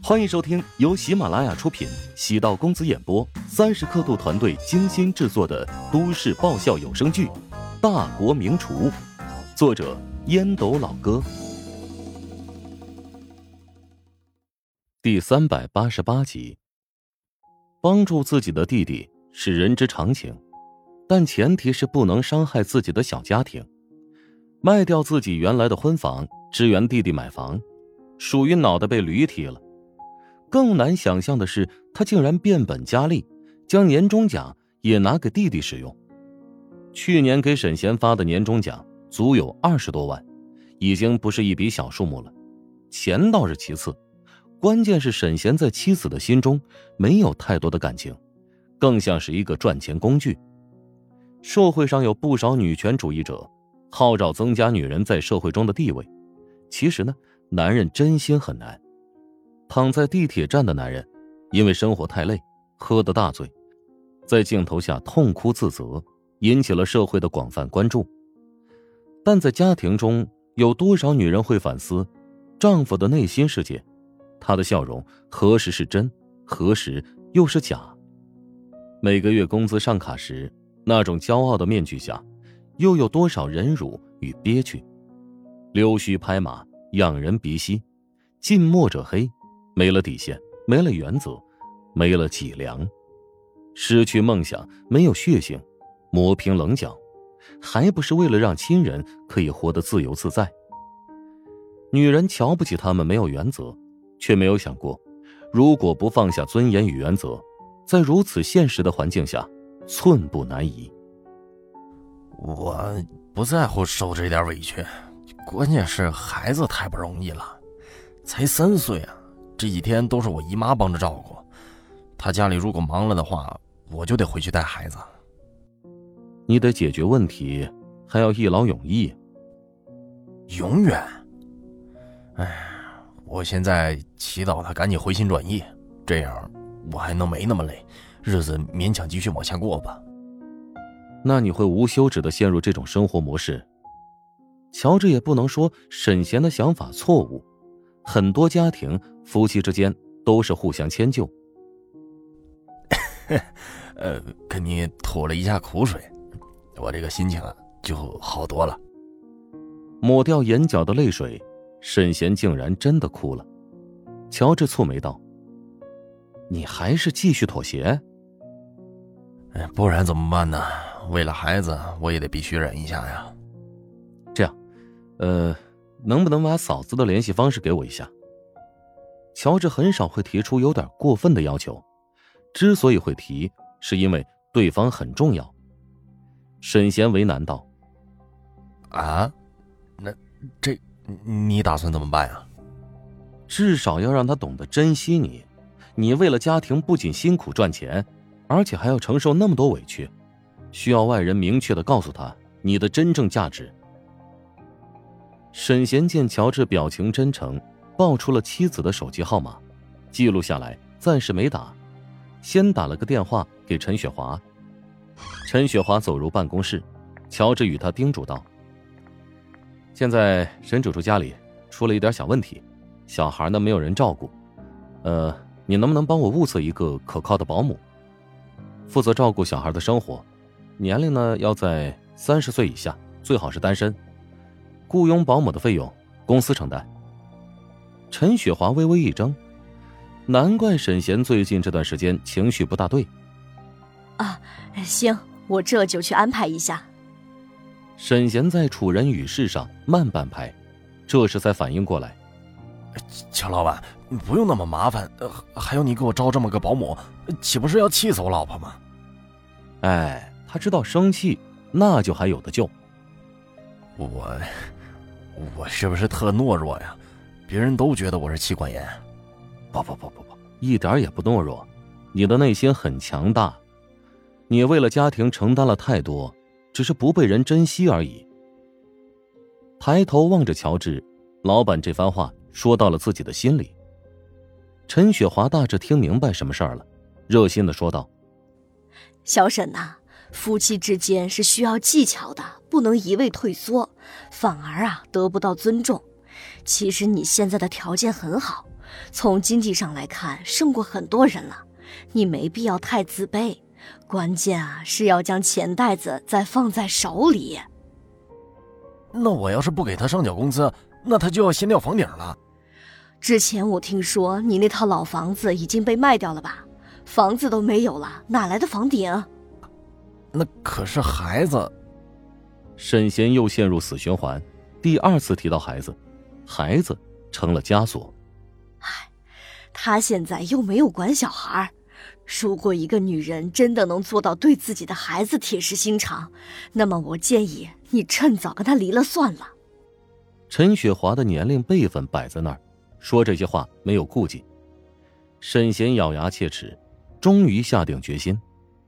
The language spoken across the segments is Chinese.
欢迎收听由喜马拉雅出品，喜道公子演播，30刻度团队精心制作的都市爆笑有声剧《大国名厨》，作者烟斗老哥。第388集。帮助自己的弟弟是人之常情，但前提是不能伤害自己的小家庭。卖掉自己原来的婚房，支援弟弟买房，属于脑袋被驴踢了。更难想象的是，他竟然变本加厉，将年终奖也拿给弟弟使用。去年给沈贤发的年终奖足有20多万，已经不是一笔小数目了。钱倒是其次，关键是沈贤在妻子的心中没有太多的感情，更像是一个赚钱工具。社会上有不少女权主义者号召增加女人在社会中的地位，其实呢，男人真心很难。躺在地铁站的男人因为生活太累，喝得大醉，在镜头下痛哭自责，引起了社会的广泛关注。但在家庭中，有多少女人会反思丈夫的内心世界？他的笑容何时是真，何时又是假？每个月工资上卡时，那种骄傲的面具下，又有多少忍辱与憋屈？溜须拍马，仰人鼻息，近墨者黑，没了底线，没了原则，没了脊梁，失去梦想，没有血性，磨平棱角，还不是为了让亲人可以活得自由自在？女人瞧不起他们没有原则，却没有想过，如果不放下尊严与原则，在如此现实的环境下，寸步难移。 我不在乎受这点委屈，关键是孩子太不容易了，才3岁啊，这几天都是我姨妈帮着照顾。她家里如果忙了的话，我就得回去带孩子。 你得解决问题，还要一劳永逸。 永远？我现在祈祷她赶紧回心转意，这样我还能没那么累，日子勉强继续往下过吧。 那你会无休止地陷入这种生活模式。乔治也不能说沈贤的想法错误，很多家庭夫妻之间都是互相迁就。 跟你吐了一下苦水，我这个心情就好多了。 抹掉眼角的泪水，沈贤竟然真的哭了。乔治蹙眉道：你还是继续妥协？ 不然怎么办呢？为了孩子，我也得必须忍一下呀。 这样，能不能把嫂子的联系方式给我一下？乔治很少会提出有点过分的要求，之所以会提，是因为对方很重要。沈贤为难道： 那这你打算怎么办呀？ 至少要让他懂得珍惜你。你为了家庭不仅辛苦赚钱，而且还要承受那么多委屈，需要外人明确地告诉他你的真正价值。沈贤见乔治表情真诚，报出了妻子的手机号码，记录下来，暂时没打，先打了个电话给陈雪华。陈雪华走入办公室，乔治与他叮嘱道：现在沈主厨家里出了一点小问题，小孩呢没有人照顾，你能不能帮我物色一个可靠的保姆，负责照顾小孩的生活，年龄呢要在30岁以下，最好是单身，雇佣保姆的费用公司承担。陈雪华微微一怔，难怪沈贤最近这段时间情绪不大对。 行，我这就去安排一下。 沈贤在处人语事上慢半拍，这时才反应过来。 乔老板，不用那么麻烦，还要你给我招这么个保姆，岂不是要气死我老婆吗？ 他知道生气，那就还有的救。 我是不是特懦弱呀？别人都觉得我是妻管严。 不，一点也不懦弱，你的内心很强大。你为了家庭承担了太多，只是不被人珍惜而已。抬头望着乔治，老板这番话说到了自己的心里。陈雪华大致听明白什么事儿了，热心地说道： 小沈呐，夫妻之间是需要技巧的，不能一味退缩，反而得不到尊重。其实你现在的条件很好， 从经济上来看，胜过很多人了。你没必要太自卑，关键是要将钱袋子再放在手里。 那我要是不给他上缴工资，那他就要掀掉房顶了。 之前我听说你那套老房子已经被卖掉了吧？房子都没有了，哪来的房顶？ 那可是孩子。 沈贤又陷入死循环，第二次提到孩子，孩子成了枷锁。 他现在又没有管小孩，如果一个女人真的能做到对自己的孩子铁石心肠，那么我建议你趁早跟他离了算了。 陈雪华的年龄辈分摆在那儿，说这些话没有顾忌。沈贤咬牙切齿，终于下定决心。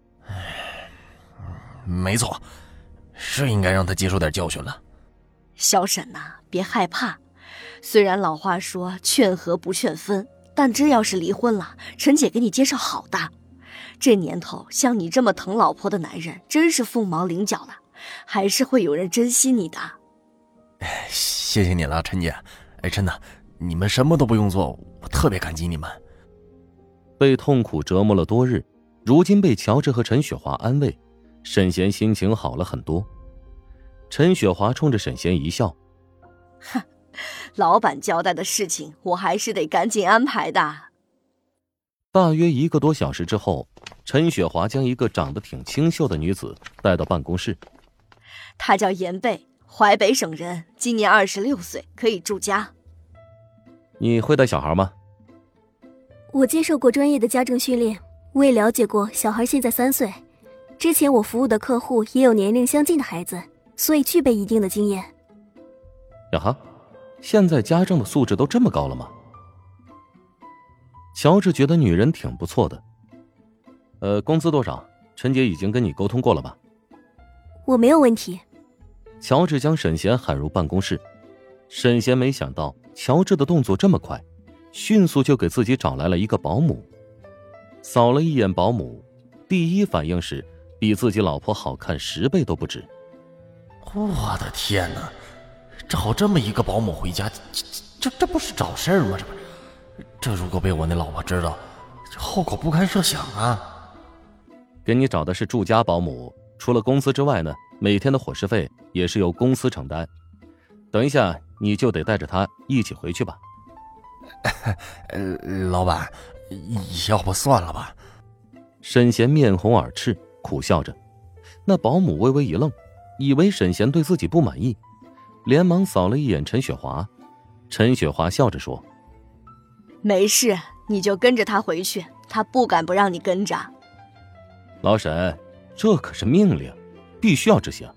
没错，是应该让他接受点教训了。 小沈呐，别害怕，虽然老话说劝和不劝分，但真要是离婚了，陈姐给你介绍好的。这年头像你这么疼老婆的男人真是凤毛麟角了，还是会有人珍惜你的。 谢谢你了，陈姐。真的，你们什么都不用做，我特别感激你们。 被痛苦折磨了多日，如今被乔治和陈雪华安慰，沈贤心情好了很多。陈雪华冲着沈贤一笑， 哼，老板交代的事情我还是得赶紧安排的。 大约1个多小时之后，陈雪华将一个长得挺清秀的女子带到办公室。 她叫严贝，淮北省人，今年26岁，可以住家。 你会带小孩吗？ 我接受过专业的家政训练，我也了解过小孩现在3岁。之前我服务的客户也有年龄相近的孩子，所以具备一定的经验。 呀哈，现在家政的素质都这么高了吗？乔治觉得女人挺不错的。工资多少？陈姐已经跟你沟通过了吧？ 我没有问题。 乔治将沈贤喊入办公室。沈贤没想到乔治的动作这么快，迅速就给自己找来了一个保姆。扫了一眼保姆，第一反应是比自己老婆好看10倍都不止。 我的天哪，找这么一个保姆回家，这不是找事儿吗？这如果被我那老婆知道，后果不堪设想啊！ 给你找的是住家保姆，除了工资之外呢，每天的伙食费也是由公司承担。等一下你就得带着她一起回去吧。 老板，要不算了吧？ 沈贤面红耳赤，苦笑着。那保姆微微一愣，以为沈贤对自己不满意，连忙扫了一眼陈雪华。陈雪华笑着说： 没事，你就跟着他回去，他不敢不让你跟着。 老沈，这可是命令，必须要执行。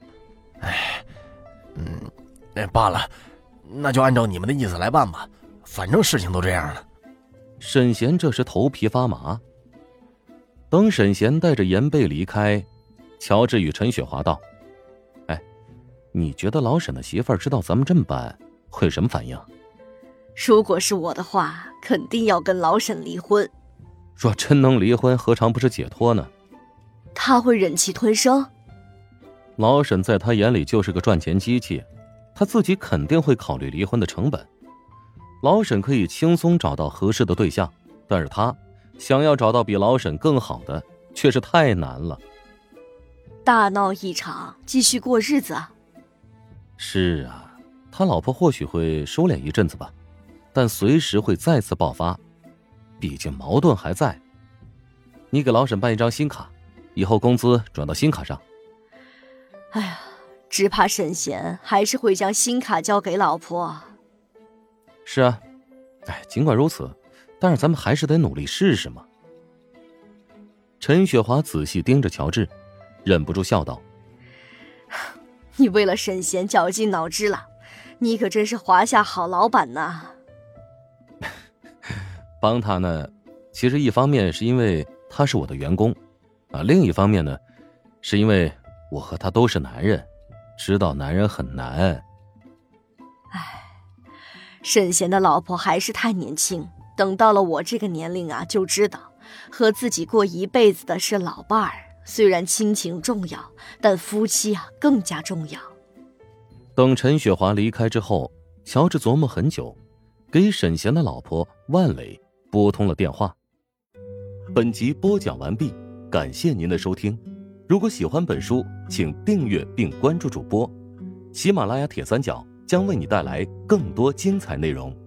罢了，那就按照你们的意思来办吧，反正事情都这样了。 沈贤这时头皮发麻。等沈贤带着严贝离开，乔治与陈雪华道：你觉得老沈的媳妇儿知道咱们这么办会什么反应？ 如果是我的话，肯定要跟老沈离婚。 若真能离婚，何尝不是解脱呢？ 他会忍气吞声？ 老沈在他眼里就是个赚钱机器，他自己肯定会考虑离婚的成本。老沈可以轻松找到合适的对象，但是他想要找到比老沈更好的却是太难了。 大闹一场，继续过日子啊。 是啊，他老婆或许会收敛一阵子吧，但随时会再次爆发，毕竟矛盾还在。你给老沈办一张新卡，以后工资转到新卡上。 哎呀，只怕沈贤还是会将新卡交给老婆。 是啊，尽管如此，但是咱们还是得努力试试嘛。陈雪华仔细盯着乔治，忍不住笑道： 你为了沈贤绞尽脑汁了，你可真是华夏好老板呐。 帮他呢，其实一方面是因为他是我的员工另一方面呢，是因为我和他都是男人，知道男人很难。 沈贤的老婆还是太年轻，等到了我这个年龄啊，就知道和自己过一辈子的是老伴儿。虽然亲情重要，但夫妻啊更加重要。 等陈雪华离开之后，乔治琢磨很久， 给沈贤的老婆万磊拨通了电话。本集播讲完毕，感谢您的收听。如果喜欢本书，请订阅并关注主播。喜马拉雅铁三角将为你带来更多精彩内容。